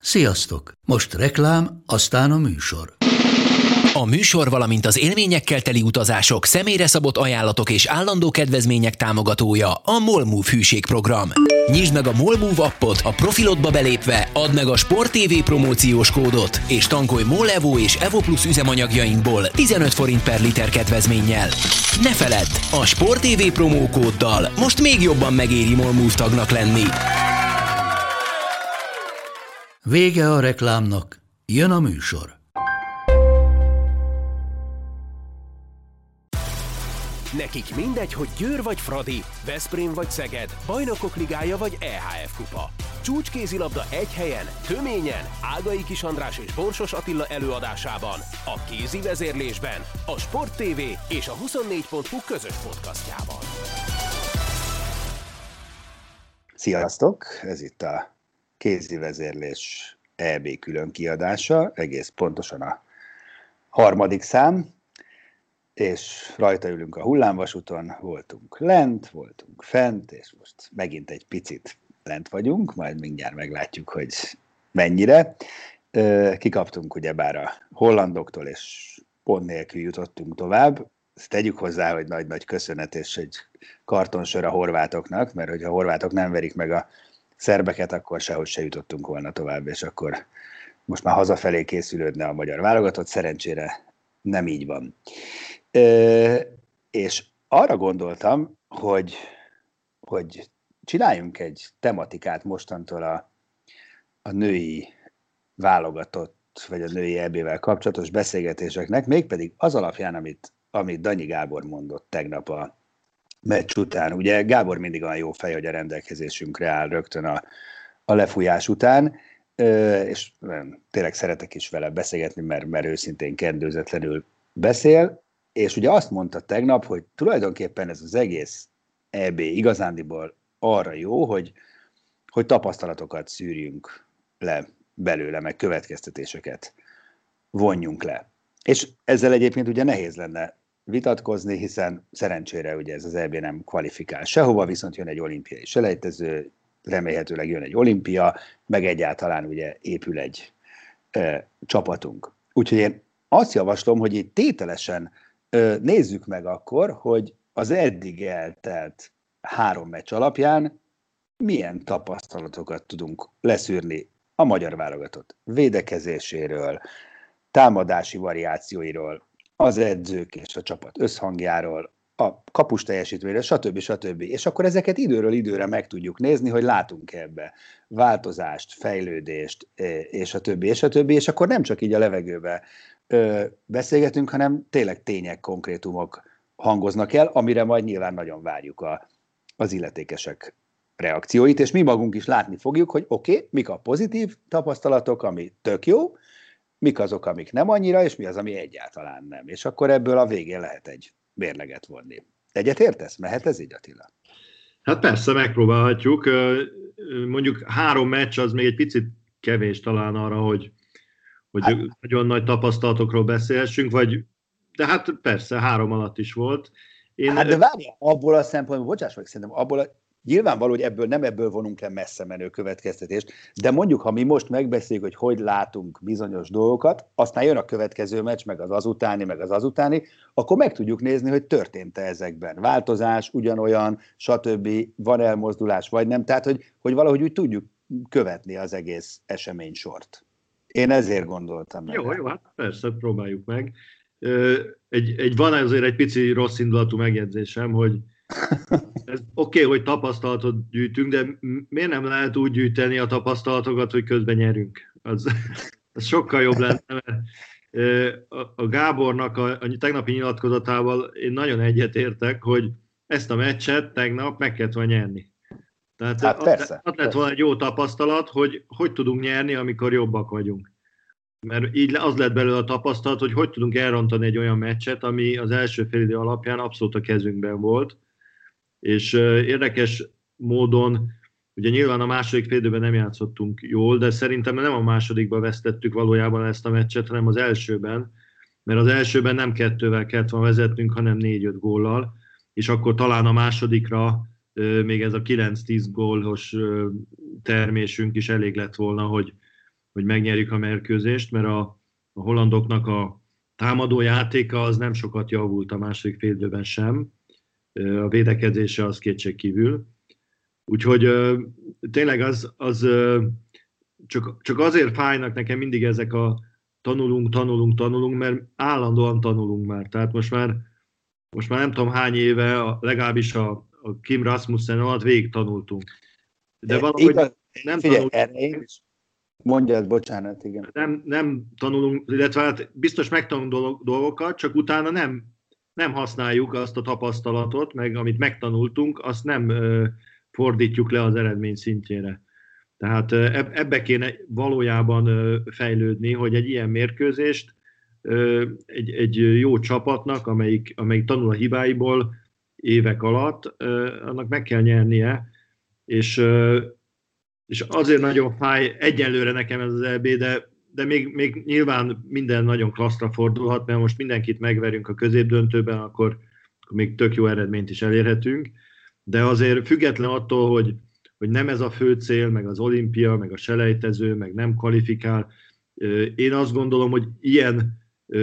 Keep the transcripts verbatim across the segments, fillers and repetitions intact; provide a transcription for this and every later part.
Sziasztok! Most reklám, aztán a műsor. A műsor, valamint az élményekkel teli utazások, személyre szabott ajánlatok és állandó kedvezmények támogatója a MOLMOVE hűségprogram. Nyisd meg a MOLMOVE appot, a profilodba belépve add meg a Sport té vé promóciós kódot, és tankolj MOL Evo és Evo Plus üzemanyagjainkból tizenöt forint per liter kedvezménnyel. Ne feledd, a Sport té vé promókóddal most még jobban megéri MOLMOVE tagnak lenni. Vége a reklámnak, jön a műsor. Nekik mindegy, hogy Győr vagy Fradi, Veszprém vagy Szeged, Bajnokok Ligája vagy é há ef Kupa. Csúcskézilabda egy helyen, töményen, Ágai Kis András és Borsos Attila előadásában, a kézi vezérlésben, a Sport té vé és a huszonnégy pont hu közös podcastjában. Sziasztok! Ez itt a kézi vezérlés é bé külön kiadása, egész pontosan a harmadik szám, és rajta ülünk a hullámvasúton, voltunk lent, voltunk fent, és most megint egy picit lent vagyunk, majd mindjárt meglátjuk, hogy mennyire. Kikaptunk ugyebár a hollandoktól, és pont nélkül jutottunk tovább. Ezt tegyük hozzá, hogy nagy-nagy köszönet és egy kartonsor a horvátoknak, mert hogyha a horvátok nem verik meg a szerbeket, akkor sehogy se jutottunk volna tovább, és akkor most már hazafelé készülődne a magyar válogatott, szerencsére nem így van. Ö, és arra gondoltam, hogy, hogy csináljunk egy tematikát mostantól a, a női válogatott, vagy a női é bével kapcsolatos beszélgetéseknek, mégpedig az alapján, amit, amit Danyi Gábor mondott tegnap a meccs után. Ugye Gábor mindig olyan jó fej, hogy a rendelkezésünkre áll rögtön a, a lefújás után, ö, és tényleg szeretek is vele beszélgetni, mert, mert őszintén kendőzetlenül beszél, és ugye azt mondta tegnap, hogy tulajdonképpen ez az egész é bé igazándiból arra jó, hogy, hogy tapasztalatokat szűrjünk le belőle, meg következtetéseket vonjunk le. És ezzel egyébként ugye nehéz lenne vitatkozni, hiszen szerencsére ugye ez az é bé nem kvalifikál sehova, viszont jön egy olimpiai selejtező, remélhetőleg jön egy olimpia, meg egyáltalán ugye épül egy e, csapatunk. Úgyhogy én azt javaslom, hogy itt tételesen ö, nézzük meg akkor, hogy az eddig eltelt három meccs alapján milyen tapasztalatokat tudunk leszűrni a magyar válogatott védekezéséről, támadási variációiról, az edzők és a csapat összhangjáról, a kapus teljesítményről, stb. stb. És akkor ezeket időről időre meg tudjuk nézni, hogy látunk ebbe változást, fejlődést, és a többi, és a többi, és akkor nem csak így a levegőbe ö, beszélgetünk, hanem tényleg tények, konkrétumok hangoznak el, amire majd nyilván nagyon várjuk a, az illetékesek reakcióit, és mi magunk is látni fogjuk, hogy oké, okay, mik a pozitív tapasztalatok, ami tök jó, mik azok, amik nem annyira, és mi az, ami egyáltalán nem. És akkor ebből a végén lehet egy mérleget vonni. Egyet értesz? Mehet ez így, Attila? Hát persze, megpróbálhatjuk. Mondjuk három meccs az még egy picit kevés talán arra, hogy, hogy hát, nagyon nagy tapasztalatokról beszélhessünk, vagy, de hát persze, három alatt is volt. Én... Hát de várjál, abból a szempontból, bocsáss meg, szerintem abból a nyilvánvaló, hogy ebből nem ebből vonunk le messze menő következtetést, de mondjuk, ha mi most megbeszéljük, hogy hogy látunk bizonyos dolgokat, aztán jön a következő meccs, meg az azutáni, meg az azutáni, akkor meg tudjuk nézni, hogy történt-e ezekben változás, ugyanolyan, stb., van elmozdulás, vagy nem. Tehát, hogy, hogy valahogy úgy tudjuk követni az egész eseménysort. Én ezért gondoltam meg. Jó, jó, hát persze, próbáljuk meg. Egy, egy, van azért egy pici rossz indulatú megjegyzésem, hogy oké, okay, hogy tapasztalatot gyűjtünk, de miért nem lehet úgy gyűjteni a tapasztalatokat, hogy közben nyerünk? Az, az sokkal jobb lenne, mert a, a Gábornak a, a tegnapi nyilatkozatával én nagyon egyetértek, hogy ezt a meccset tegnap meg kellett volna nyerni. Tehát hát persze, az lett volna egy jó tapasztalat, hogy hogy tudunk nyerni, amikor jobbak vagyunk. Mert így az lett belőle a tapasztalat, hogy hogy tudunk elrontani egy olyan meccset, ami az első félidő alapján abszolút a kezünkben volt. És érdekes módon, ugye nyilván a második félidőben nem játszottunk jól, de szerintem nem a másodikban vesztettük valójában ezt a meccset, hanem az elsőben, mert az elsőben nem kettővel kellett volna vezetnünk, hanem négy-öt góllal, és akkor talán a másodikra még ez a kilenc-tíz gólos termésünk is elég lett volna, hogy, hogy megnyerjük a mérkőzést, mert a, a hollandoknak a támadó játéka az nem sokat javult a második félidőben sem, a védekezése az kétségkívül. Úgyhogy tényleg az, az csak, csak azért fájnak nekem mindig ezek a tanulunk, tanulunk, tanulunk, mert állandóan tanulunk már. Tehát most már, most már nem tudom hány éve, legalábbis a, a Kim Rasmussen alatt végig tanultunk. De valahogy Igaz, nem figyelj, tanulunk. én is. Mondjad, bocsánat, igen. Nem, nem tanulunk, illetve hát biztos megtanulunk dolgokat, csak utána nem, nem használjuk azt a tapasztalatot, meg amit megtanultunk, azt nem ö, fordítjuk le az eredmény szintjére. Tehát ö, ebbe kéne valójában ö, fejlődni, hogy egy ilyen mérkőzést ö, egy, egy jó csapatnak, amelyik, amelyik tanul a hibáiból évek alatt, ö, annak meg kell nyernie, és ö, és azért nagyon fáj egyelőre nekem ez az é bé, de, de még, még nyilván minden nagyon klasszra fordulhat, mert most mindenkit megverünk a középdöntőben, akkor, akkor még tök jó eredményt is elérhetünk. De azért független attól, hogy, hogy nem ez a fő cél, meg az olimpia, meg a selejtező, meg nem kvalifikál, én azt gondolom, hogy ilyen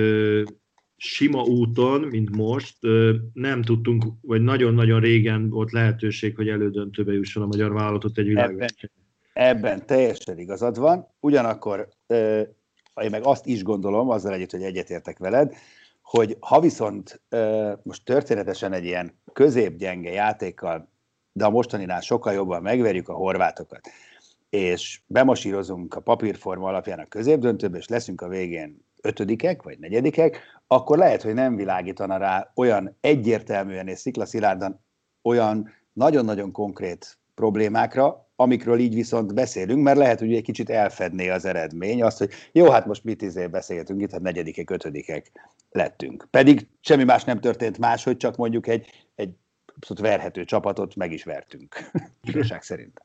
sima úton, mint most, nem tudtunk, vagy nagyon-nagyon régen volt lehetőség, hogy elődöntőbe jusson a magyar vállalatot egy világversenyen. Ebben teljesen igazad van, ugyanakkor euh, én meg azt is gondolom, azzal együtt, hogy egyetértek veled, hogy ha viszont euh, most történetesen egy ilyen középgyenge játékkal, de a mostaninál sokkal jobban megverjük a horvátokat, és bemasírozunk a papírforma alapján a középdöntőbe, és leszünk a végén ötödikek, vagy negyedikek, akkor lehet, hogy nem világítana rá olyan egyértelműen és sziklaszilárdan olyan nagyon-nagyon konkrét problémákra, amikről így viszont beszélünk, mert lehet, hogy egy kicsit elfedné az eredmény azt, hogy jó, hát most mit izé beszélgetünk itt, hát negyedikek, ötödikek lettünk. Pedig semmi más nem történt máshogy, csak mondjuk egy, egy verhető csapatot meg is vertünk, igazság szerint.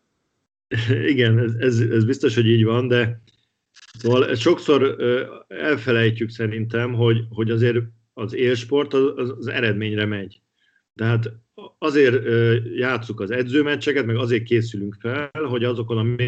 Igen, ez, ez, ez biztos, hogy így van, de szóval sokszor elfelejtjük szerintem, hogy, hogy azért az élsport az, az eredményre megy. Tehát azért játsszuk az edzőmeccseket, meg azért készülünk fel, hogy azokon a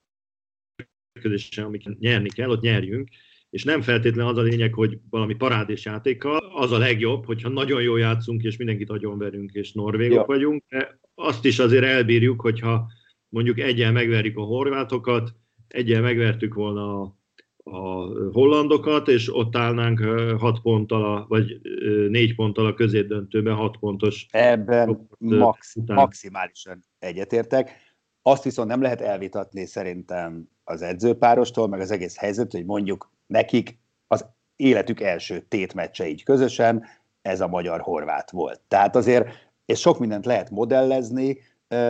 mérkőzéseken, amiket nyerni kell, ott nyerjünk, és nem feltétlenül az a lényeg, hogy valami parádés játékkal, az a legjobb, hogyha nagyon jól játszunk, és mindenkit agyonverünk, és norvégok ja. vagyunk, de azt is azért elbírjuk, hogyha mondjuk egyen megverjük a horvátokat, egyen megvertük volna a a hollandokat, és ott állnánk hat ponttal, a, vagy négy ponttal a középdöntőben, hat pontos. Ebben max, maximálisan egyetértek. Azt viszont nem lehet elvitatni szerintem az edzőpárostól, meg az egész helyzet, hogy mondjuk nekik az életük első tétmeccse így közösen, ez a magyar-horvát volt. Tehát azért, és sok mindent lehet modellezni,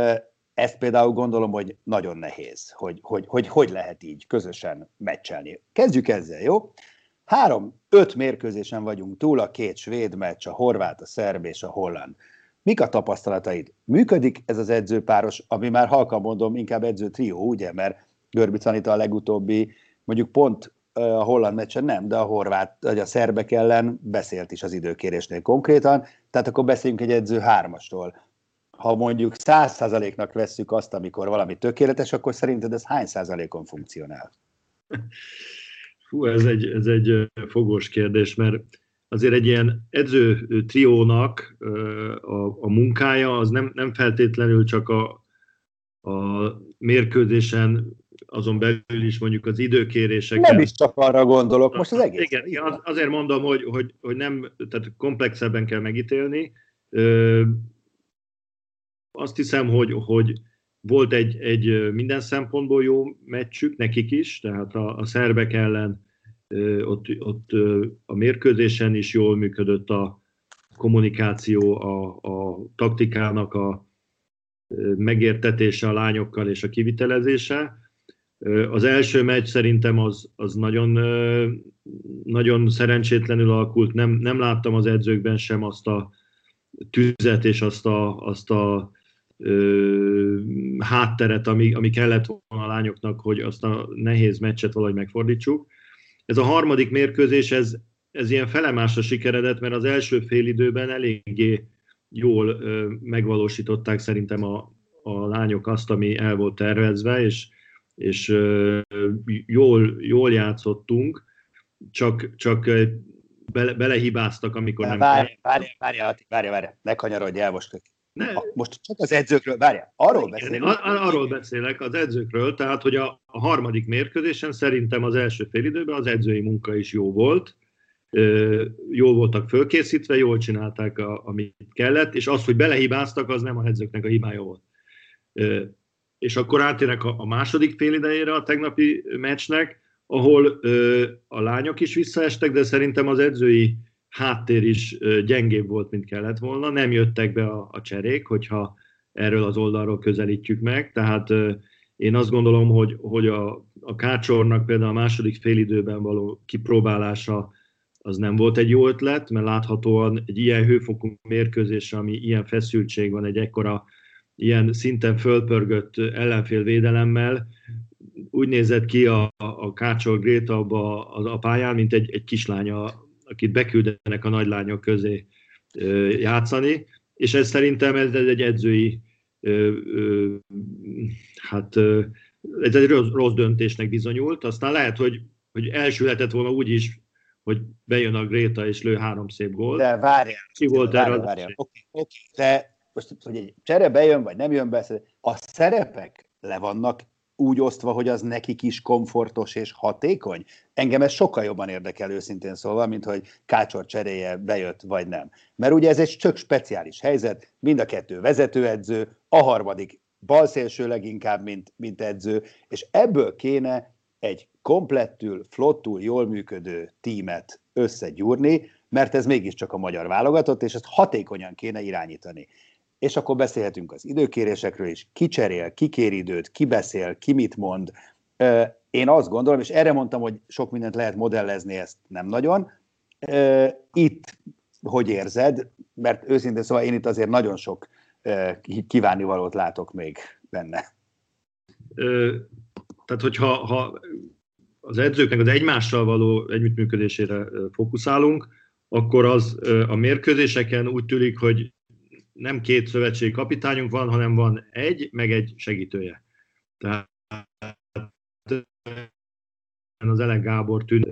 ezt például gondolom, hogy nagyon nehéz, hogy hogy, hogy hogy lehet így közösen meccselni. Kezdjük ezzel, jó? Három, öt mérkőzésen vagyunk túl, a két svéd meccs, a horvát, a szerb és a holland. Mik a tapasztalataid? Működik ez az edzőpáros, ami már halkan mondom, inkább edzőtrió, ugye? Mert Görbic Anita a legutóbbi, mondjuk pont a holland meccsen nem, de a horvát, vagy a szerbek ellen beszélt is az időkérésnél konkrétan, tehát akkor beszéljünk egy edző hármasról. Ha mondjuk száz százaléknak vesszük azt, amikor valami tökéletes, akkor szerinted ez hány százalékon funkcionál? Fú, ez egy, ez egy fogós kérdés, mert azért egy ilyen edző triónak a, a munkája az nem, nem feltétlenül csak a, a mérkőzésen, azon belül is mondjuk az időkéréseken. Nem is csak arra gondolok, most az egész. Igen, az, azért mondom, hogy, hogy, hogy nem, tehát komplexebben kell megítélni. Azt hiszem, hogy, hogy volt egy, egy minden szempontból jó meccsük nekik is, tehát a, a szerbek ellen ott, ott a mérkőzésen is jól működött a kommunikáció, a, a taktikának a megértetése a lányokkal és a kivitelezése. Az első meccs szerintem az, az nagyon, nagyon szerencsétlenül alakult, nem, nem láttam az edzőkben sem azt a tüzet és azt a, azt a ö, hátteret, ami, ami kellett volna a lányoknak, hogy azt a nehéz meccset valahogy megfordítsuk. Ez a harmadik mérkőzés, ez, ez ilyen felemásra sikeredett, mert az első fél időben eléggé jól ö, megvalósították szerintem a, a lányok azt, ami el volt tervezve, és, és jól, jól játszottunk, csak, csak bele, belehibáztak, amikor de nem... Várj, várj, várj, várj, várj, ne kanyarodj el most. Ne. Most csak az edzőkről, várj, arról beszélünk. Ar- arról beszélek, az edzőkről, tehát, hogy a, a harmadik mérkőzésen szerintem az első félidőben az edzői munka is jó volt, jól voltak fölkészítve, jól csinálták, a, amit kellett, és az, hogy belehibáztak, az nem a edzőknek a hibája volt. És akkor átérek a, a második félidejére a tegnapi meccsnek, ahol a lányok is visszaestek, de szerintem az edzői háttér is gyengébb volt, mint kellett volna. Nem jöttek be a, a cserék, hogyha erről az oldalról közelítjük meg. Tehát én azt gondolom, hogy, hogy a, a Kácsornak például a második félidőben való kipróbálása az nem volt egy jó ötlet, mert láthatóan egy ilyen hőfokú mérkőzés, ami ilyen feszültség van, egy ekkora, ilyen szinten fölpörgött ellenfélvédelemmel, úgy nézett ki a, a Kácsor Gréta a, a, a pályán, mint egy, egy kislánya, akit beküldenek a nagylányok közé ö, játszani, és ez szerintem ez, ez egy edzői, ö, ö, hát ö, ez egy rossz, rossz döntésnek bizonyult. Aztán lehet, hogy, hogy elsülhetett volna úgy is, hogy bejön a Gréta és lő három szép gólt. De várjál, ki volt várjál, erre várjál. Oké, oké. De most, hogy egy csere bejön, vagy nem jön be, a szerepek le vannak úgy osztva, hogy az nekik is komfortos és hatékony? Engem ez sokkal jobban érdekel őszintén szólva, mint hogy Kácsor cseréje bejött, vagy nem. Mert ugye ez egy csak speciális helyzet, mind a kettő vezetőedző, a harmadik balszélső leginkább, mint, mint edző, és ebből kéne egy komplettül, flottul, jól működő tímet összegyúrni, mert ez mégiscsak a magyar válogatott, és ezt hatékonyan kéne irányítani. És akkor beszélhetünk az időkérésekről is, ki cserél, ki kér időt, ki beszél, ki mit mond. Én azt gondolom, és erre mondtam, hogy sok mindent lehet modellezni, ezt nem nagyon. Itt hogy érzed? Mert őszintén szóval én itt azért nagyon sok kívánnivalót látok még benne. Tehát, hogyha ha az edzőknek az egymással való együttműködésére fókuszálunk, akkor az a mérkőzéseken úgy tűnik, hogy nem két szövetségi kapitányunk van, hanem van egy, meg egy segítője. Tehát az Elek Gábor tűnt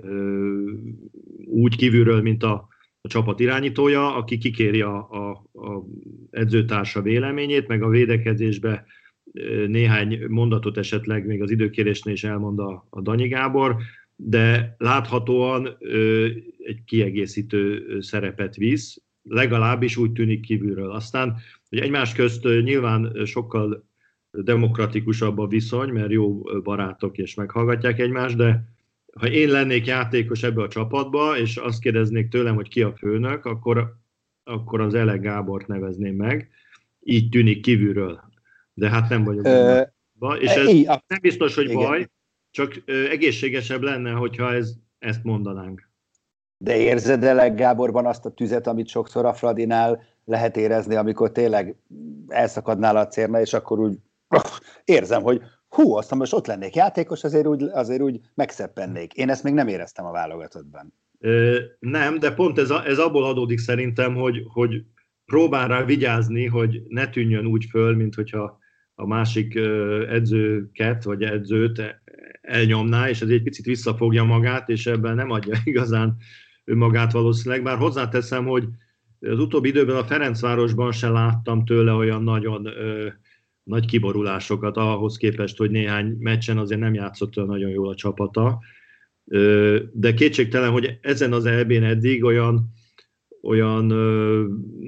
úgy kívülről, mint a, a csapat irányítója, aki kikéri a, a, a edzőtársa véleményét, meg a védekezésbe néhány mondatot esetleg még az időkérésnél is elmond a, a Danyi Gábor, de láthatóan ö, egy kiegészítő szerepet visz, legalábbis úgy tűnik kívülről. Aztán, hogy egymás közt nyilván sokkal demokratikusabb a viszony, mert jó barátok és meghallgatják egymást, de ha én lennék játékos ebbe a csapatba, és azt kérdeznék tőlem, hogy ki a főnök, akkor, akkor az Elek Gábort nevezném meg. Így tűnik kívülről. De hát nem vagyok Ö, és ez így, nem biztos, hogy igen. baj, csak egészségesebb lenne, hogyha ez, ezt mondanánk. De érzed Elek Gáborban azt a tüzet, amit sokszor a Fradinál lehet érezni, amikor tényleg elszakadnál a cérna, és akkor úgy érzem, hogy hú, aztán most ott lennék játékos, azért úgy, azért úgy megszeppennék. Én ezt még nem éreztem a válogatottban. Ö, nem, de pont ez, a, ez abból adódik szerintem, hogy, hogy próbál rá vigyázni, hogy ne tűnjön úgy föl, mint hogyha a másik edzőket, vagy edzőt elnyomná, és ez egy picit visszafogja magát, és ebben nem adja igazán önmagát valószínűleg. Bár hozzáteszem, hogy az utóbbi időben a Ferencvárosban se láttam tőle olyan nagyon ö, nagy kiborulásokat, ahhoz képest, hogy néhány meccsen azért nem játszott olyan nagyon jól a csapata. Ö, de kétségtelen, hogy ezen az é bén eddig olyan, olyan ö,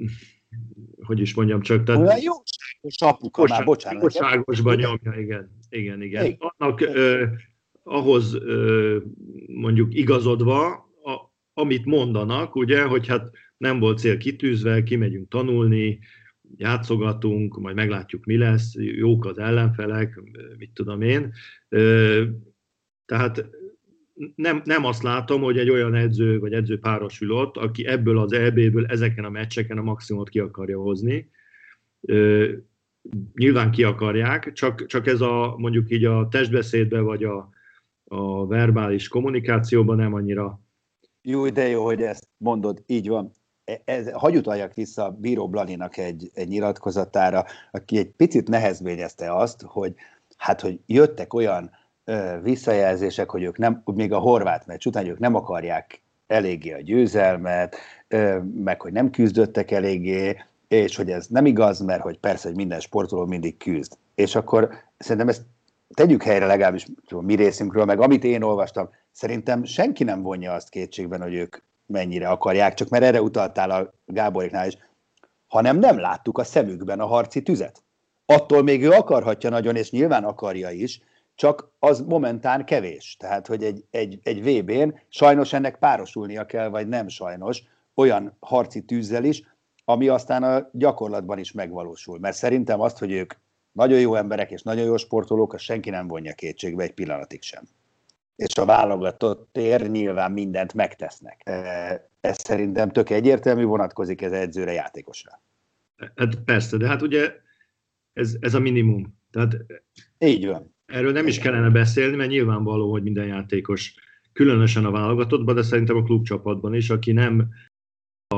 hogy is mondjam csak, tehát... Olyan jóságos apuka már, bocsánat. Jóságosban nyomja, igen. Igen, igen. igen. Annak ö, ahhoz ö, mondjuk igazodva, a, amit mondanak, ugye, hogy hát nem volt cél kitűzve, kimegyünk tanulni, játszogatunk, majd meglátjuk, mi lesz, jók az ellenfelek, mit tudom én. Ö, tehát nem, nem azt látom, hogy egy olyan edző vagy edzőpáros ül ott, aki ebből az é béből ezeken a meccseken a maximumot ki akarja hozni. Ö, nyilván ki akarják, csak, csak ez a mondjuk így a testbeszédben vagy a, a verbális kommunikációban nem annyira. Jó, de jó, hogy ezt mondod, így van. Ez, hagy utaljak vissza Bíró Blaninak egy, egy nyilatkozatára, aki egy picit nehezményezte azt, hogy hát, hogy jöttek olyan visszajelzések, hogy ők nem, még a horvát meccs után, hogy ők nem akarják eléggé a győzelmet, meg hogy nem küzdöttek eléggé, és hogy ez nem igaz, mert hogy persze, hogy minden sportoló mindig küzd. És akkor szerintem ezt tegyük helyre legalábbis mi részünkről, meg amit én olvastam, szerintem senki nem vonja azt kétségben, hogy ők mennyire akarják, csak mert erre utaltál a Gáboriknál is, hanem nem láttuk a szemükben a harci tüzet. Attól még ő akarhatja nagyon, és nyilván akarja is, csak az momentán kevés. Tehát, hogy egy, egy, egy vé bén sajnos ennek párosulnia kell, vagy nem sajnos, olyan harci tűzzel is, ami aztán a gyakorlatban is megvalósul. Mert szerintem azt, hogy ők nagyon jó emberek és nagyon jó sportolók, azt senki nem vonja kétségbe egy pillanatig sem. És a válogatott tér nyilván mindent megtesznek. Ez szerintem tök egyértelmű, vonatkozik ez edzőre, játékosra. Hát persze, de hát ugye ez, ez a minimum. Tehát így van. Erről nem is kellene beszélni, mert nyilvánvaló, hogy minden játékos, különösen a válogatottban, de szerintem a klubcsapatban is, aki nem a,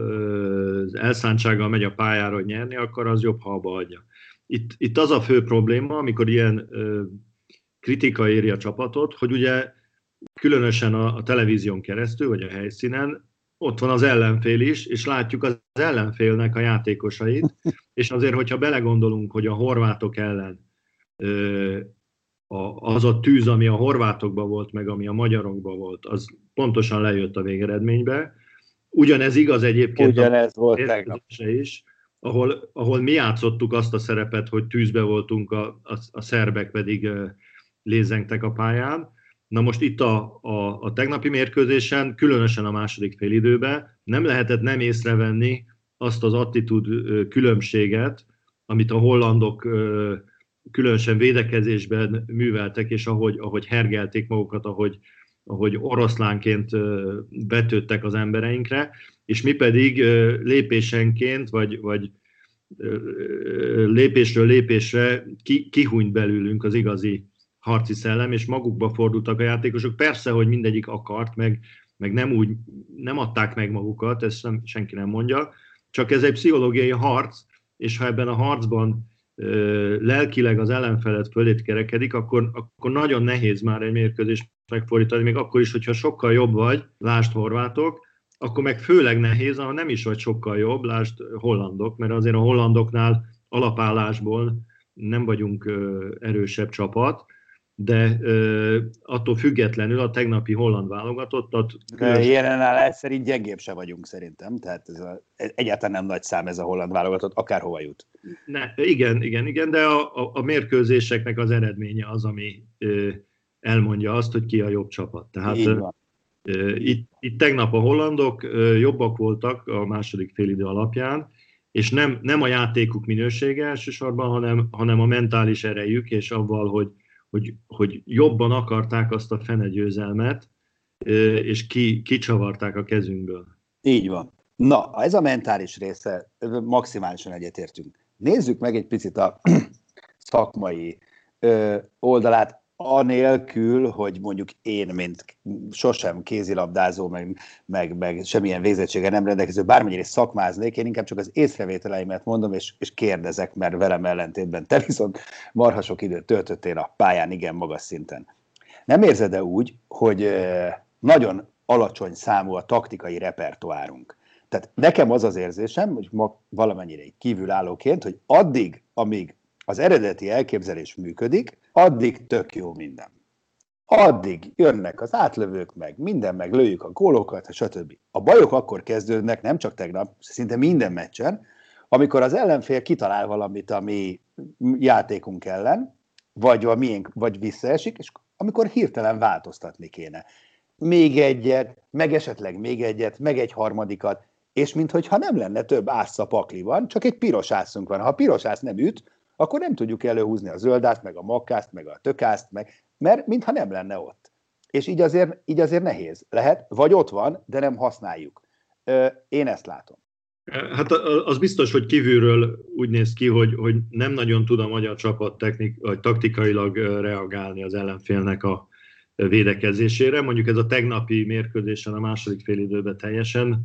az elszántsággal megy a pályára, hogy nyerni, akkor az jobb, ha abba adja. Itt, itt az a fő probléma, amikor ilyen ö, kritika éri a csapatot, hogy ugye különösen a, a televízión keresztül, vagy a helyszínen, ott van az ellenfél is, és látjuk az ellenfélnek a játékosait, és azért, hogyha belegondolunk, hogy a horvátok ellen ö, a, az a tűz, ami a horvátokban volt, meg ami a magyarokban volt, az pontosan lejött a végeredménybe. Ugyanez igaz egyébként Ugyanez volt tegnap is, ahol, ahol mi játszottuk azt a szerepet, hogy tűzbe voltunk, a, a, a szerbek pedig uh, lézengtek a pályán. Na most itt a, a, a tegnapi mérkőzésen, különösen a második félidőben nem lehetett nem észrevenni azt az attitúd uh, különbséget, amit a hollandok uh, különösen védekezésben műveltek, és ahogy, ahogy hergelték magukat, ahogy, ahogy oroszlánként betődtek az embereinkre, és mi pedig lépésenként, vagy, vagy lépésről lépésre ki, kihúnyt belőlünk az igazi harci szellem, és magukba fordultak a játékosok. Persze, hogy mindegyik akart, meg, meg nem úgy, nem adták meg magukat, ezt nem, senki nem mondja, csak ez egy pszichológiai harc, és ha ebben a harcban lelkileg az ellenfelet fölét kerekedik, akkor, akkor nagyon nehéz már egy mérkőzést megfordítani, még akkor is, hogyha sokkal jobb vagy, lásd horvátok, akkor meg főleg nehéz, ha nem is vagy sokkal jobb, lásd hollandok, mert azért a hollandoknál alapállásból nem vagyunk erősebb csapat, de attól függetlenül a tegnapi holland válogatottat... Jelenállás szerint gyengébb se vagyunk szerintem, tehát ez a, egyáltalán nem nagy szám ez a holland válogatott, akárhova jut. Ne, igen, igen, igen, de a, a, a mérkőzéseknek az eredménye az, ami ö, elmondja azt, hogy ki a jobb csapat. Tehát ö, itt, itt tegnap a hollandok ö, jobbak voltak a második félidő alapján, és nem, nem a játékuk minősége elsősorban, hanem, hanem a mentális erejük, és avval, hogy, hogy, hogy jobban akarták azt a fene győzelmet, ö, és ki, kicsavarták a kezünkből. Így van. Na, ez a mentális része, maximálisan egyetértünk. Nézzük meg egy picit a szakmai ö, oldalát, anélkül, hogy mondjuk én, mint sosem kézilabdázó, meg, meg, meg semmilyen végzettséggel nem rendelkező, bármennyire szakmáznék, én inkább csak az észrevételeimet mondom, és, és kérdezek, mert velem ellentétben te viszont marha sok időt töltöttél a pályán, igen magas szinten. Nem érzed-e úgy, hogy ö, nagyon alacsony számú a taktikai repertoárunk? Tehát nekem az az érzésem, hogy ma valamennyire kívülállóként, hogy addig, amíg az eredeti elképzelés működik, addig tök jó minden. Addig jönnek az átlövők meg, minden meg, lőjük a gólokat, stb. A bajok akkor kezdődnek, nem csak tegnap, szinte minden meccsen, amikor az ellenfél kitalál valamit a mi játékunk ellen, vagy a miénk, vagy visszaesik, és amikor hirtelen változtatni kéne. Még egyet, meg esetleg még egyet, meg egy harmadikat, és minthogyha nem lenne több ász a pakliban, csak egy piros ászunk van. Ha a piros ász nem üt, akkor nem tudjuk előhúzni a zöldászt, meg a makkászt, meg a tökászt, meg, mert mintha nem lenne ott. És így azért, így azért nehéz. Lehet, vagy ott van, de nem használjuk. Én ezt látom. Hát az biztos, hogy kívülről úgy néz ki, hogy, hogy nem nagyon tud a magyar csapat technik, vagy taktikailag reagálni az ellenfélnek a védekezésére. Mondjuk ez a tegnapi mérkőzésen a második félidőben teljesen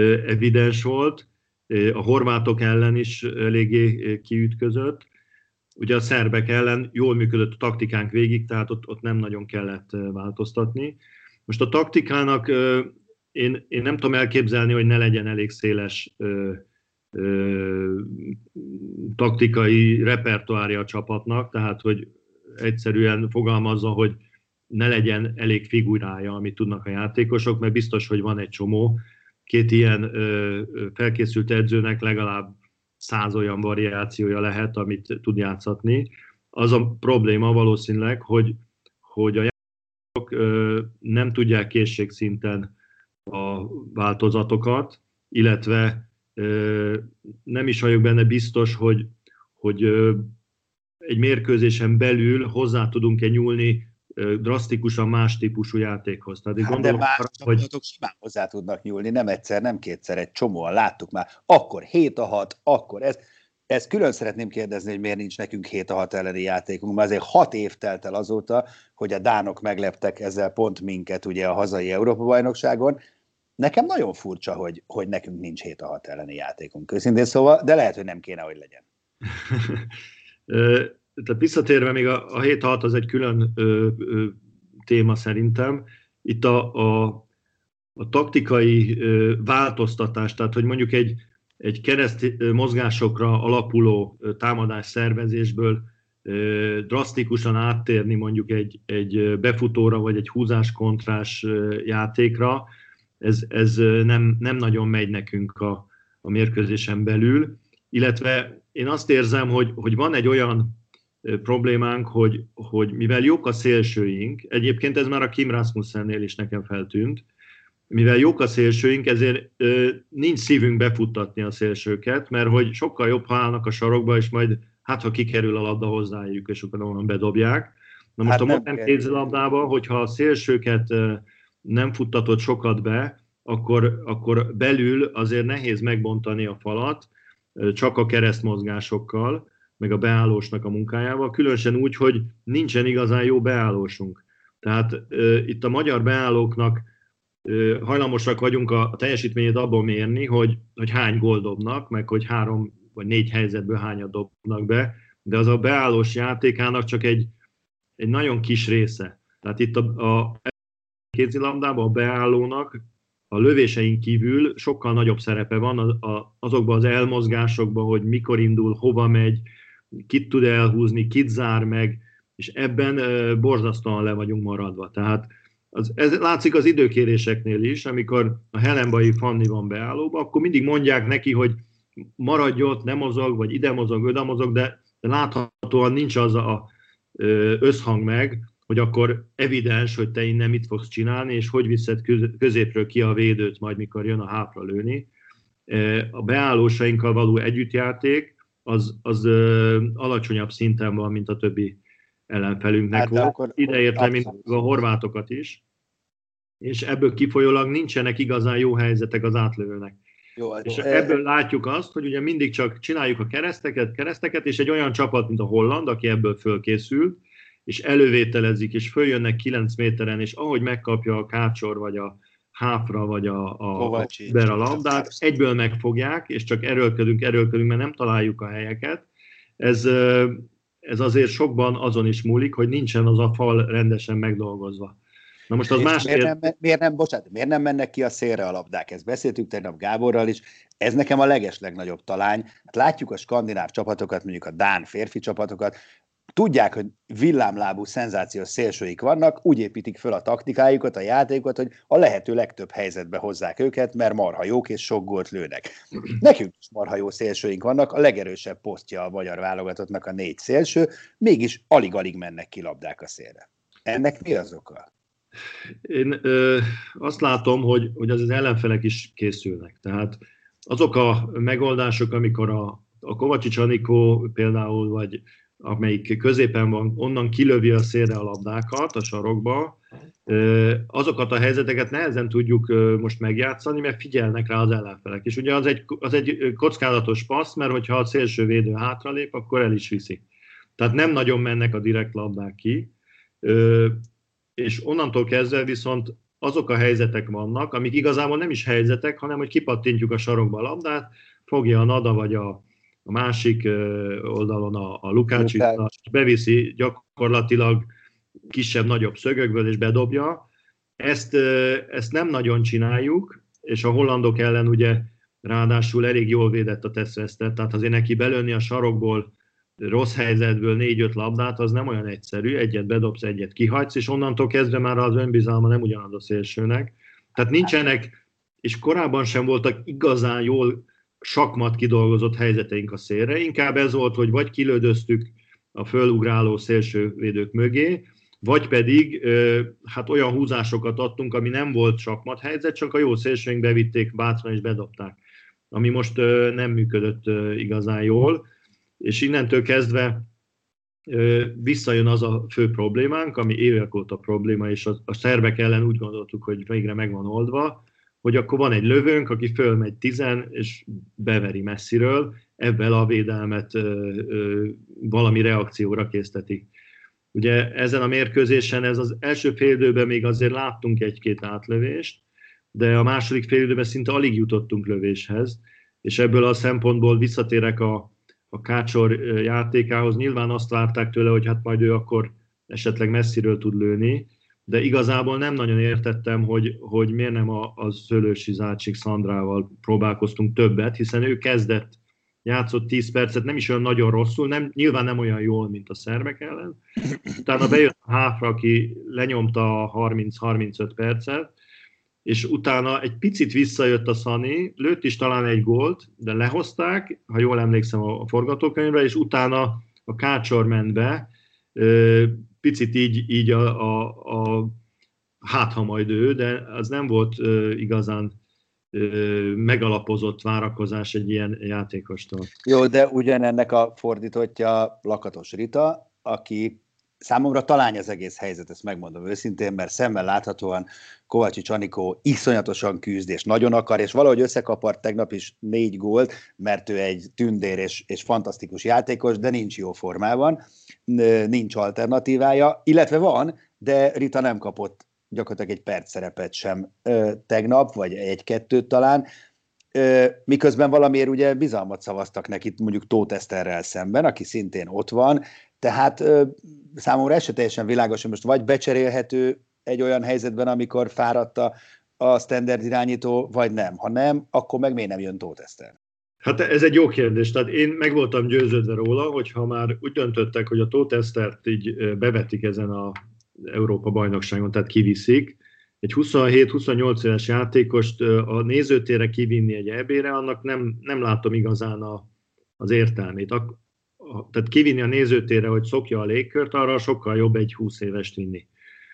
evidens volt. A horvátok ellen is eléggé kiütközött. ugye a szerbek ellen jól működött a taktikánk végig, tehát ott, ott nem nagyon kellett változtatni. Most a taktikának én, én nem tudom elképzelni, hogy ne legyen elég széles ö, ö, taktikai repertoárja a csapatnak, tehát hogy egyszerűen fogalmazza, hogy ne legyen elég figurája, amit tudnak a játékosok, mert biztos, hogy van egy csomó. Két ilyen ö, felkészült edzőnek legalább száz olyan variációja lehet, amit tud játszatni. Az a probléma valószínűleg, hogy, hogy a játékosok ö, nem tudják készségszinten a változatokat, illetve ö, nem is vagyok benne biztos, hogy, hogy ö, egy mérkőzésen belül hozzá tudunk-e nyúlni ö, drasztikusan más típusú játékhoz. Tehát hát de más csapatok hogy... simán hozzá tudnak nyúlni, nem egyszer, nem kétszer, egy csomóan láttuk már. Akkor hét a hat, akkor ez. Ezt külön szeretném kérdezni, hogy miért nincs nekünk hét a hat elleni játékunk, mert azért hat év telt el azóta, hogy a dánok megleptek ezzel pont minket ugye a hazai Európa-bajnokságon. Nekem nagyon furcsa, hogy, hogy nekünk nincs hét a hat elleni játékunk, őszintén szóval, de lehet, hogy nem kéne, hogy legyen. Tehát visszatérve még a, a hét a hat az egy külön ö, ö, téma szerintem. Itt a, a, a taktikai ö, változtatás, tehát hogy mondjuk egy, egy kereszt mozgásokra alapuló ö, támadás szervezésből ö, drasztikusan áttérni mondjuk egy, egy befutóra vagy egy húzás-kontrás ö, játékra, ez, ez nem, nem nagyon megy nekünk a, a mérkőzésen belül, illetve én azt érzem, hogy, hogy van egy olyan problémánk, hogy, hogy mivel jók a szélsőink, egyébként ez már a Kim Rasmussennél is nekem feltűnt, mivel jók a szélsőink, ezért ö, nincs szívünk befuttatni a szélsőket, mert hogy sokkal jobb, ha állnak a sarokba, és majd hát ha kikerül a labda hozzájuk, és utána onnan bedobják. Na most hát a modern kézilabdában, hogyha a szélsőket ö, nem futtatott sokat be, akkor, akkor belül azért nehéz megbontani a falat, ö, csak a keresztmozgásokkal, meg a beállósnak a munkájával, különösen úgy, hogy nincsen igazán jó beállósunk. Tehát ö, itt a magyar beállóknak ö, hajlamosak vagyunk a, a teljesítményét abból mérni, hogy, hogy hány gól dobnak, meg hogy három vagy négy helyzetből hányat dobnak be, de az a beállós játékának csak egy, egy nagyon kis része. Tehát itt a, a kézilabdában a beállónak a lövéseink kívül sokkal nagyobb szerepe van a, a, azokban az elmozgásokban, hogy mikor indul, hova megy, kit tud elhúzni, kit zár meg, és ebben e, borzasztóan le vagyunk maradva. Tehát az, ez látszik az időkéréseknél is, amikor a Helenbai Fanni van beállóba, akkor mindig mondják neki, hogy maradj ott, nem mozog, vagy ide mozog, oda mozog, de, de láthatóan nincs az a ö, összhang meg, hogy akkor evidens, hogy te innen mit fogsz csinálni, és hogy viszed középről ki a védőt, majd mikor jön a hátra lőni. A beállósainkkal való együttjáték az, az ö, alacsonyabb szinten van, mint a többi ellenfelünknek hát, volt. Akkor, ideértve, mint a horvátokat is. És ebből kifolyólag nincsenek igazán jó helyzetek az átlövőnek. Jó, és ebből látjuk azt, hogy ugye mindig csak csináljuk a kereszteket, kereszteket, és egy olyan csapat, mint a holland, aki ebből fölkészült, és elővételezik, és följönnek kilenc méteren, és ahogy megkapja a Kácsor, vagy a Háfra, vagy a, a, a Ber a labdát, egyből megfogják, és csak erőlködünk, erőlködünk, mert nem találjuk a helyeket. Ez, ez azért sokban azon is múlik, hogy nincsen az a fal rendesen megdolgozva. Na most az más miért, nem, miért, nem, bocsánat, miért nem mennek ki a szélre a labdák? Ezt beszéltük tegnap Gáborral is. Ez nekem a legeslegnagyobb talány. Hát látjuk a skandináv csapatokat, mondjuk a dán férfi csapatokat, tudják, hogy villámlábú, szenzációs szélsőik vannak, úgy építik föl a taktikájukat, a játékokat, hogy a lehető legtöbb helyzetbe hozzák őket, mert marha jók és sok gólt lőnek. Nekünk is marha jó szélsőink vannak, a legerősebb posztja a magyar válogatottnak a négy szélső, mégis alig-alig mennek ki labdák a szélre. Ennek mi az oka? Én ö, azt látom, hogy, hogy az, az ellenfelek is készülnek. Tehát azok a megoldások, amikor a, a Kovácsics Anikó például, vagy amelyik középen van, onnan kilövi a szélre a labdákat a sarokba, ö, azokat a helyzeteket nehezen tudjuk ö, most megjátszani, mert figyelnek rá az ellenfelek. És ugye az egy, az egy kockázatos passz, mert hogyha a szélső védő hátralép, akkor el is viszi. Tehát nem nagyon mennek a direkt labdák ki, ö, és onnantól kezdve viszont azok a helyzetek vannak, amik igazából nem is helyzetek, hanem hogy kipattintjuk a sarokba a labdát, fogja a Nada vagy a, a másik oldalon a, a Lukács beviszi gyakorlatilag kisebb-nagyobb szögökből és bedobja. Ezt, ezt nem nagyon csináljuk, és a hollandok ellen ugye ráadásul elég jól védett a Tesz Wester, tehát azért neki belőni a sarokból, rossz helyzetből négy-öt labdát, az nem olyan egyszerű, egyet bedobsz, egyet kihagysz, és onnantól kezdve már az önbizalma nem ugyanaz a szélsőnek. Tehát nincsenek, és korábban sem voltak igazán jól sakmat kidolgozott helyzeteink a szélre, inkább ez volt, hogy vagy kilődöztük a fölugráló szélsővédők mögé, vagy pedig hát olyan húzásokat adtunk, ami nem volt sakmat helyzet, csak a jó szélsőink bevitték bátran és bedobták, ami most nem működött igazán jól, és innentől kezdve visszajön az a fő problémánk, ami évek óta probléma, és a, a szerbek ellen úgy gondoltuk, hogy végre meg van oldva, hogy akkor van egy lövőnk, aki fölmegy tizen, és beveri messziről, ebben a védelmet ö, ö, valami reakcióra késztetik. Ugye ezen a mérkőzésen ez az első félidőben még azért láttunk egy-két átlövést, de a második félidőben szinte alig jutottunk lövéshez, és ebből a szempontból visszatérek a, a Kácsor játékához. Nyilván azt várták tőle, hogy hát majd ő akkor esetleg messziről tud lőni, de igazából nem nagyon értettem, hogy, hogy miért nem a, a Szőlősi Zácsik Szandrával próbálkoztunk többet, hiszen ő kezdett, játszott tíz percet, nem is olyan nagyon rosszul, nem, nyilván nem olyan jól, mint a szerbek ellen. Utána bejött a Háfra, aki lenyomta a harminc-harmincöt percet, és utána egy picit visszajött a Szani, lőtt is talán egy gólt, de lehozták, ha jól emlékszem a forgatókönyvre, és utána a Kácsor ment be, picit így, így a, a, a hát ha majd ő, de az nem volt igazán megalapozott várakozás egy ilyen játékostól. Jó, de ugyanennek a fordítottja Lakatos Rita, aki számomra talán az egész helyzet, ezt megmondom őszintén, mert szemmel láthatóan Kovácsics Anikó iszonyatosan küzd, és nagyon akar, és valahogy összekapart tegnap is négy gólt, mert ő egy tündér és, és fantasztikus játékos, de nincs jó formában, nincs alternatívája, illetve van, de Rita nem kapott gyakorlatilag egy perc szerepet sem ö, tegnap, vagy egy-kettőt talán, ö, miközben valamiért ugye bizalmat szavaztak neki mondjuk Tóth Eszterrel szemben, aki szintén ott van, tehát ö, számomra ez se teljesen világos, hogy most vagy becserélhető egy olyan helyzetben, amikor fáradt a, a standard irányító, vagy nem. Ha nem, akkor meg miért nem jön Tóth Eszter? Hát ez egy jó kérdés. Tehát én meg voltam győződve róla, hogy ha már úgy döntöttek, hogy a Tóth Esztert így bevetik ezen a Európa-bajnokságon, tehát kiviszik, egy huszonhét-huszonnyolc éves játékost a nézőtérre kivinni egy é bé-re, annak nem, nem látom igazán a, az értelmét. A, a, tehát kivinni a nézőtérre, hogy szokja a légkört, arra sokkal jobb egy húsz évest vinni.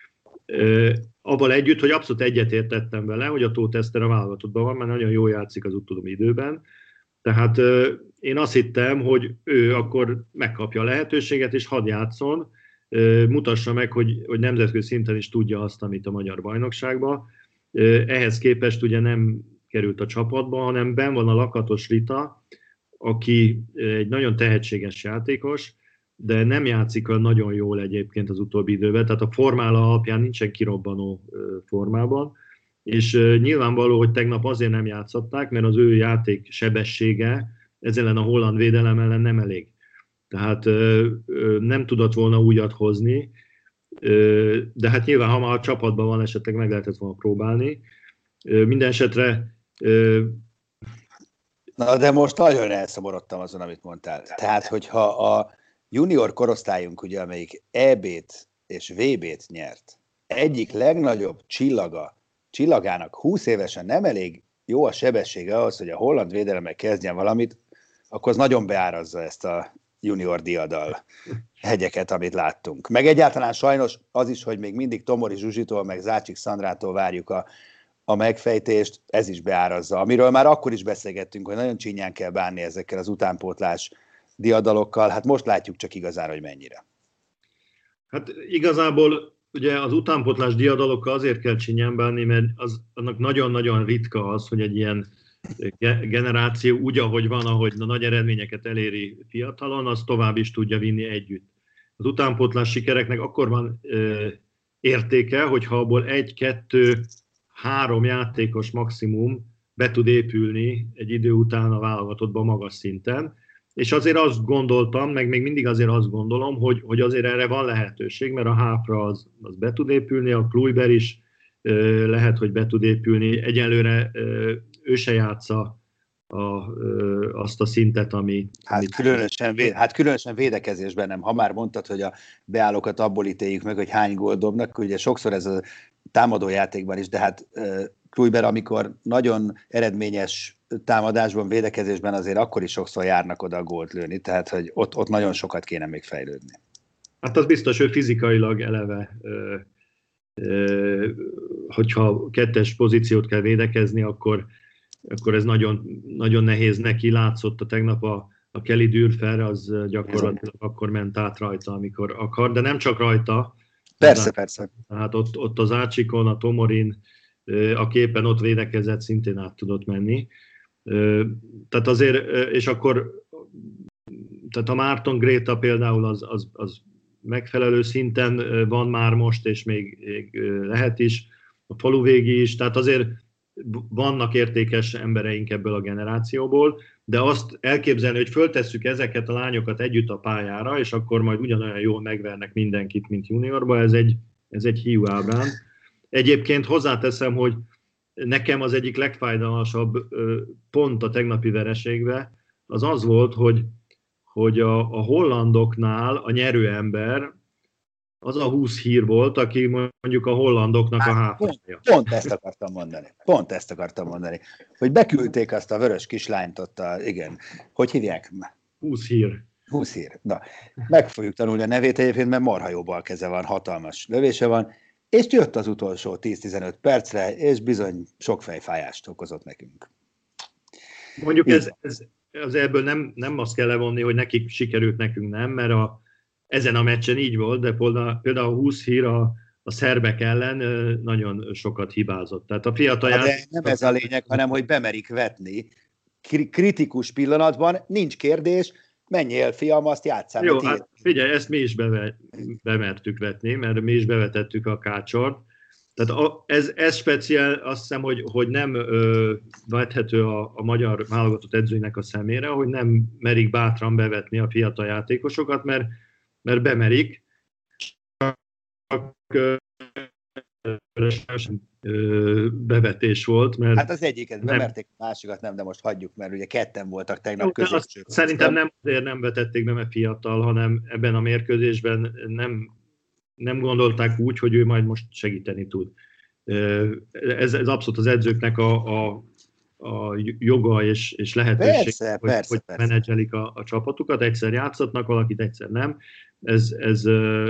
E, avval együtt, hogy abszolút egyetértettem vele, hogy a Tóth Eszter a válogatottban van, mert nagyon jól játszik az utóbbi időben. Tehát e, én azt hittem, hogy ő akkor megkapja a lehetőséget, és hadd játszon, mutassa meg, hogy, hogy nemzetközi szinten is tudja azt, amit a magyar bajnokságban. Ehhez képest ugye nem került a csapatba, hanem benn van a Lakatos Rita, aki egy nagyon tehetséges játékos, de nem játszik olyan nagyon jól egyébként az utóbbi időben, tehát a formála alapján nincsen kirobbanó formában, és nyilvánvaló, hogy tegnap azért nem játszották, mert az ő játék sebessége ezzel ellen a holland védelem ellen nem elég. Tehát ö, ö, nem tudott volna újat hozni, ö, de hát nyilván, ha már a csapatban van, esetleg meg lehetett volna próbálni. Ö, minden esetre... Ö... Na, de most nagyon elszomorodtam azon, amit mondtál. Tehát, hogyha a junior korosztályunk, ugye, amelyik é bé-t és vé bé-t nyert, egyik legnagyobb csillaga, csillagának húsz évesen nem elég jó a sebessége ahhoz, hogy a holland védelemmel kezdjen valamit, akkor az nagyon beárazza ezt a junior diadal hegyeket, amit láttunk. Meg egyáltalán sajnos az is, hogy még mindig Tomori Zsuzsitól, meg Zácsik Szandrától várjuk a, a megfejtést, ez is beárazza. Amiről már akkor is beszélgettünk, hogy nagyon csinyán kell bánni ezekkel az utánpótlás diadalokkal, hát most látjuk csak igazán, hogy mennyire. Hát igazából ugye az utánpótlás diadalokkal azért kell csinyán bánni, mert az, annak nagyon-nagyon ritka az, hogy egy ilyen generáció úgy, ahogy van, ahogy a nagy eredményeket eléri fiatalon, az tovább is tudja vinni együtt. Az utánpótlás sikereknek akkor van ö, értéke, hogyha abból egy, kettő, három játékos maximum be tud épülni egy idő után a válogatottban magas szinten, és azért azt gondoltam, meg még mindig azért azt gondolom, hogy, hogy azért erre van lehetőség, mert a Háfra az, az be tud épülni, a Kluiber is lehet, hogy be tud épülni. Egyelőre ő se játsza a, azt a szintet, ami... Hát, amit különösen, véd, hát különösen védekezésben nem. Ha már mondtad, hogy a beállókat abból ítéljük meg, hogy hány gólt dobnak, ugye sokszor ez a támadójátékban is, de hát Kluiber, amikor nagyon eredményes támadásban, védekezésben azért akkor is sokszor járnak oda a gólt lőni, tehát hogy ott, ott nagyon sokat kéne még fejlődni. Hát az biztos, hogy fizikailag eleve, hogyha kettes pozíciót kell védekezni, akkor, akkor ez nagyon, nagyon nehéz neki. Látszott a tegnap a, a Kelly Dürfer, az gyakorlatilag akkor ment át rajta, amikor akar, de nem csak rajta. Persze, tehát, persze. Tehát ott, ott az Ácsikon, a Tomorin, aki éppen ott védekezett, szintén át tudott menni. Tehát azért, és akkor tehát a Márton Gréta például az, az, az megfelelő szinten van már most, és még, még lehet is, a Faluvégi is, tehát azért vannak értékes embereink ebből a generációból, de azt elképzelni, hogy föltesszük ezeket a lányokat együtt a pályára, és akkor majd ugyanolyan jól megvernek mindenkit, mint juniorba, ez egy, ez egy hiú ábrán. Egyébként hozzáteszem, hogy nekem az egyik legfájdalmasabb pont a tegnapi vereségbe az az volt, hogy, hogy a, a hollandoknál a nyerő ember az a húsz hír volt, aki mondjuk a hollandoknak hát, a háfája. Pont, pont ezt akartam mondani. Pont ezt akartam mondani. Hogy beküldték azt a vörös kislányt ott a, igen, hogy hívják? húsz hír. húsz hír. Na, meg fogjuk tanulni a nevét egyébként, mert marha jó balkeze van, hatalmas lövése van, és jött az utolsó tíz-tizenöt percre, és bizony sok fejfájást okozott nekünk. Mondjuk ez, ez, ez ebből nem, nem azt kell levonni, hogy nekik sikerült, nekünk nem, mert a, ezen a meccsen így volt, de például a húsz hír a, a szerbek ellen nagyon sokat hibázott. Tehát a fiatal hát de nem ez a lényeg, hanem hogy bemerik vetni. Kritikus pillanatban nincs kérdés, menjél, fiam, azt játsszál. Jó, hát figyelj, ezt mi is beve, bemertük vetni, mert mi is bevetettük a kácsort. Tehát a, ez, ez speciál, azt hiszem, hogy, hogy nem ö, vethető a, a magyar válogatott edzőinek a szemére, hogy nem merik bátran bevetni a fiatal játékosokat, mert, mert bemerik. Csak ö, ö, bevetés volt. Mert hát az egyiket bemerték, a másikat nem, de most hagyjuk, mert ugye ketten voltak tegnap középső. Szerintem nem azért nem vetették be, mert fiatal, hanem ebben a mérkőzésben nem, nem gondolták úgy, hogy ő majd most segíteni tud. Ez, ez abszolút az edzőknek a, a, a joga és, és lehetőség, persze, hogy, persze, hogy persze. menedzselik a, a csapatukat. Egyszer játszatnak valakit, egyszer nem. Ez, ez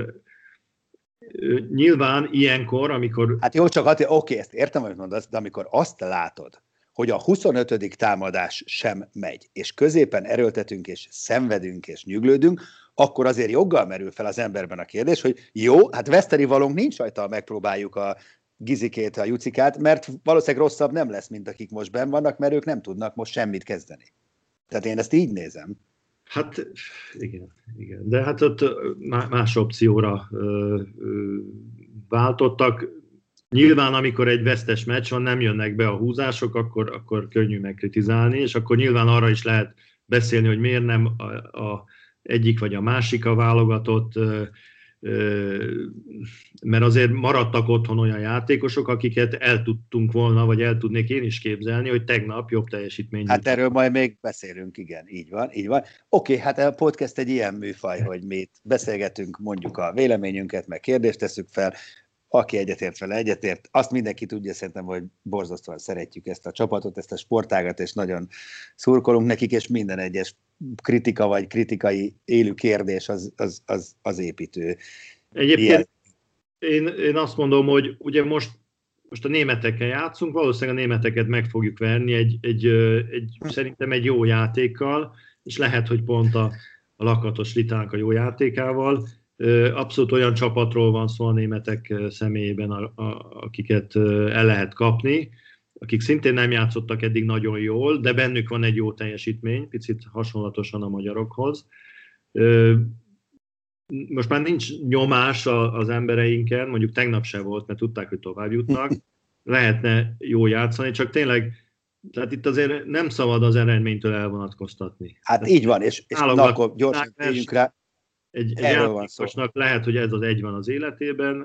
nyilván ilyenkor, amikor... Hát jó, csak oké, okay, ezt értem, hogy mondasz, de amikor azt látod, hogy a huszonötödik támadás sem megy, és középen erőltetünk, és szenvedünk, és nyüglődünk, akkor azért joggal merül fel az emberben a kérdés, hogy jó, hát veszteni valónk nincs rajta, megpróbáljuk a Gizikét, a Jucikát, mert valószínűleg rosszabb nem lesz, mint akik most benn vannak, mert ők nem tudnak most semmit kezdeni. Tehát én ezt így nézem. Hát igen, igen. De hát ott más opcióra ö, ö, váltottak. Nyilván, amikor egy vesztes meccs van, nem jönnek be a húzások, akkor, akkor könnyű megkritizálni, és akkor nyilván arra is lehet beszélni, hogy miért nem a, a egyik vagy a másik a válogatott, ö, ö, mert azért maradtak otthon olyan játékosok, akiket el tudtunk volna, vagy el tudnék én is képzelni, hogy tegnap jobb teljesítmény. Hát erről majd még beszélünk, igen, így van, így van. Oké, hát a podcast egy ilyen műfaj, hogy mi beszélgetünk, mondjuk a véleményünket, meg kérdést tesszük fel, aki egyetért vele egyetért, azt mindenki tudja szerintem, hogy borzasztóan szeretjük ezt a csapatot, ezt a sportágat, és nagyon szurkolunk nekik, és minden egyes kritika vagy kritikai élő kérdés az, az, az, az építő. Egyébként én, én azt mondom, hogy ugye most, most a németekkel játszunk, valószínűleg a németeket meg fogjuk verni egy, egy, egy, szerintem egy jó játékkal, és lehet, hogy pont a, a Lakatos Litánk a jó játékával. Abszolút olyan csapatról van szó a németek személyében, a, a, akiket el lehet kapni, akik szintén nem játszottak eddig nagyon jól, de bennük van egy jó teljesítmény, picit hasonlatosan a magyarokhoz. Most már nincs nyomás az embereinken, mondjuk tegnap se volt, mert tudták, hogy tovább jutnak. Lehetne jó játszani, csak tényleg Tehát itt azért nem szabad az eredménytől elvonatkoztatni. Hát Tehát így van, és, és na, akkor gyorsan térjünk rá. Egy, egy játékosnak lehet, hogy ez az egy van az életében,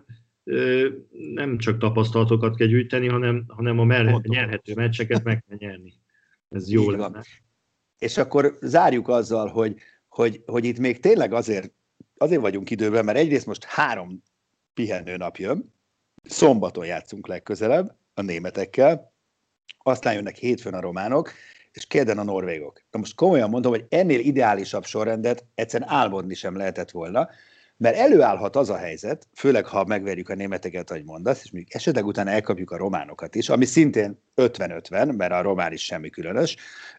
nem csak tapasztalatokat kell gyűjteni, hanem, hanem a mer- nyerhető meccseket meg kell nyerni. Ez jó lenne. Van. És akkor zárjuk azzal, hogy, hogy, hogy itt még tényleg azért, azért vagyunk időben, mert egyrészt most három pihenőnap jön, szombaton játszunk legközelebb a németekkel, aztán jönnek hétfőn a románok, és kedden a norvégok. Na most komolyan mondom, hogy ennél ideálisabb sorrendet egyszerűen álmodni sem lehetett volna, mert előállhat az a helyzet, főleg ha megverjük a németeket, ahogy mondasz, és mondjuk esetleg utána elkapjuk a románokat is, ami szintén ötven-ötven, mert a román is semmi különös,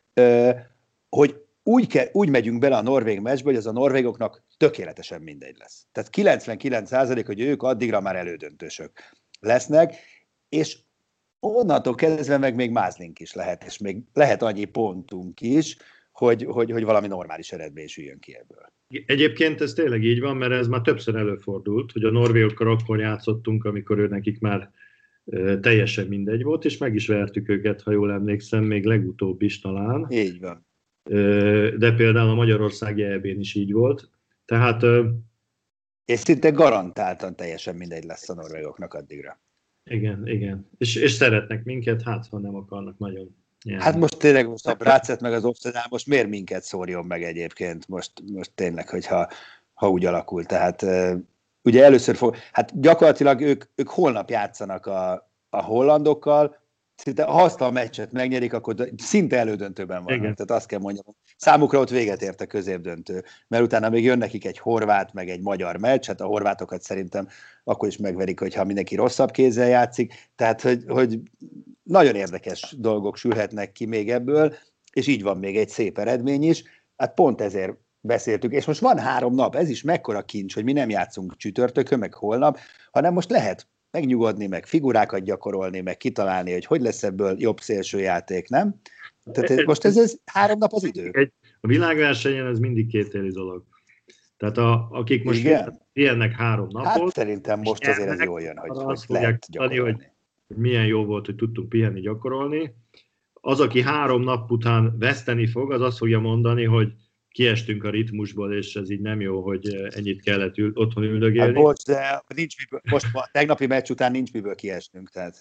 hogy úgy, ke- úgy megyünk bele a norvég meccsbe, hogy az a norvégoknak tökéletesen mindegy lesz. Tehát kilencvenkilenc százalék, hogy ők addigra már elődöntősök lesznek, és onnantól kezdve meg még mázlink is lehet, és még lehet annyi pontunk is, hogy, hogy, hogy valami normális eredmény süljön ki ebből. Egyébként ez tényleg így van, mert ez már többször előfordult, hogy a norvégokkal akkor játszottunk, amikor ő nekik már e, teljesen mindegy volt, és meg is vertük őket, ha jól emlékszem, még legutóbb is talán. Így van. E, de például a Magyarországi é bén is így volt. Tehát... E, és szinte garantáltan teljesen mindegy lesz a norvégoknak addigra. Igen, igen. És, és szeretnek minket, hát ha nem akarnak nagyon nyerni. Hát most tényleg most a Brácet meg az Offside, most miért minket szórjon meg egyébként? Most, most tényleg, hogyha ha úgy alakul. Tehát ugye először fog, hát gyakorlatilag ők, ők holnap játszanak a, a hollandokkal, szinte ha azt a meccset megnyerik, akkor szinte elődöntőben vannak. Igen. Tehát azt kell mondjam, számukra ott véget ért a középdöntő, mert utána még jön nekik egy horvát, meg egy magyar meccs, hát a horvátokat szerintem akkor is megverik, hogyha mindenki rosszabb kézzel játszik, tehát hogy, hogy nagyon érdekes dolgok sülhetnek ki még ebből, és így van még egy szép eredmény is, hát pont ezért beszéltük, és most van három nap, ez is mekkora kincs, hogy mi nem játszunk csütörtökön, meg holnap, hanem most lehet megnyugodni, meg figurákat gyakorolni, meg kitalálni, hogy hogy lesz ebből jobb szélső játék, nem? Tehát ez, most ez, ez három nap az idő. Egy, a világversenyen ez mindig kétéli dolog. Tehát a, akik most ilyennek három napot... Hát szerintem most azért ez jól jön, hogy, hogy lehet gyakorolni. Hogy, hogy milyen jó volt, hogy tudtunk pihenni, gyakorolni. Az, aki három nap után veszteni fog, az azt fogja mondani, hogy kiestünk a ritmusból, és ez így nem jó, hogy ennyit kellett ül, otthon üldögélni. Hát bocs, de nincs miből, most a tegnapi meccs után nincs miből kiestünk. Tehát...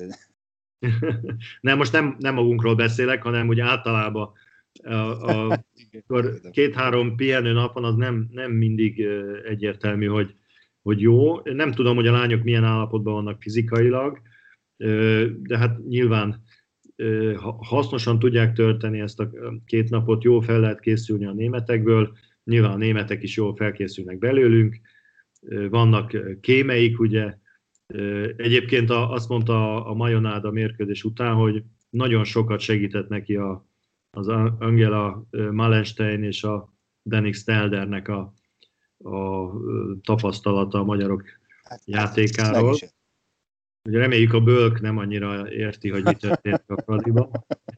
nem, most nem, nem magunkról beszélek, hanem úgy általában a, a, két-három pihenő napon az nem, nem mindig egyértelmű, hogy, hogy jó. Nem tudom, hogy a lányok milyen állapotban vannak fizikailag, de hát nyilván hasznosan tudják tölteni ezt a két napot, jól fel lehet készülni a németekből, nyilván a németek is jól felkészülnek belőlünk, vannak kémeik, ugye. Egyébként azt mondta a Majonád a mérkőzés után, hogy nagyon sokat segített neki a, az Angela Malenstein és a Danik Steldernek a, a tapasztalata a magyarok hát, játékáról. Ugye reméljük a Bölk nem annyira érti, hogy mi történik a Fradiban,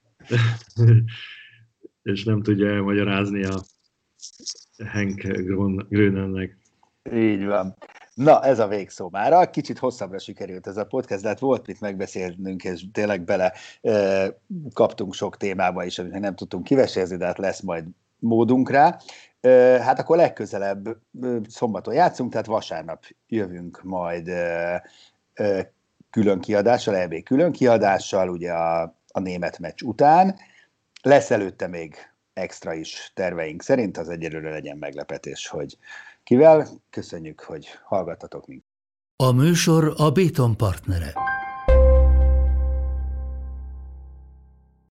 és nem tudja elmagyarázni a Henk Grönennek. Így van. Na, ez a végszó mára. Kicsit hosszabbra sikerült ez a podcast, de hát volt mit megbeszélnünk, és tényleg bele e, kaptunk sok témába is, amit nem tudtunk kivesézni, de hát lesz majd módunk rá. E, hát akkor legközelebb e, szombaton játszunk, tehát vasárnap jövünk majd e, e, külön kiadással, é bé külön kiadással, ugye a, a német meccs után. Lesz előtte még extra is terveink szerint, az egyelőre legyen meglepetés, hogy kivel. Köszönjük, hogy hallgattatok minket. A műsor a Béton partnere.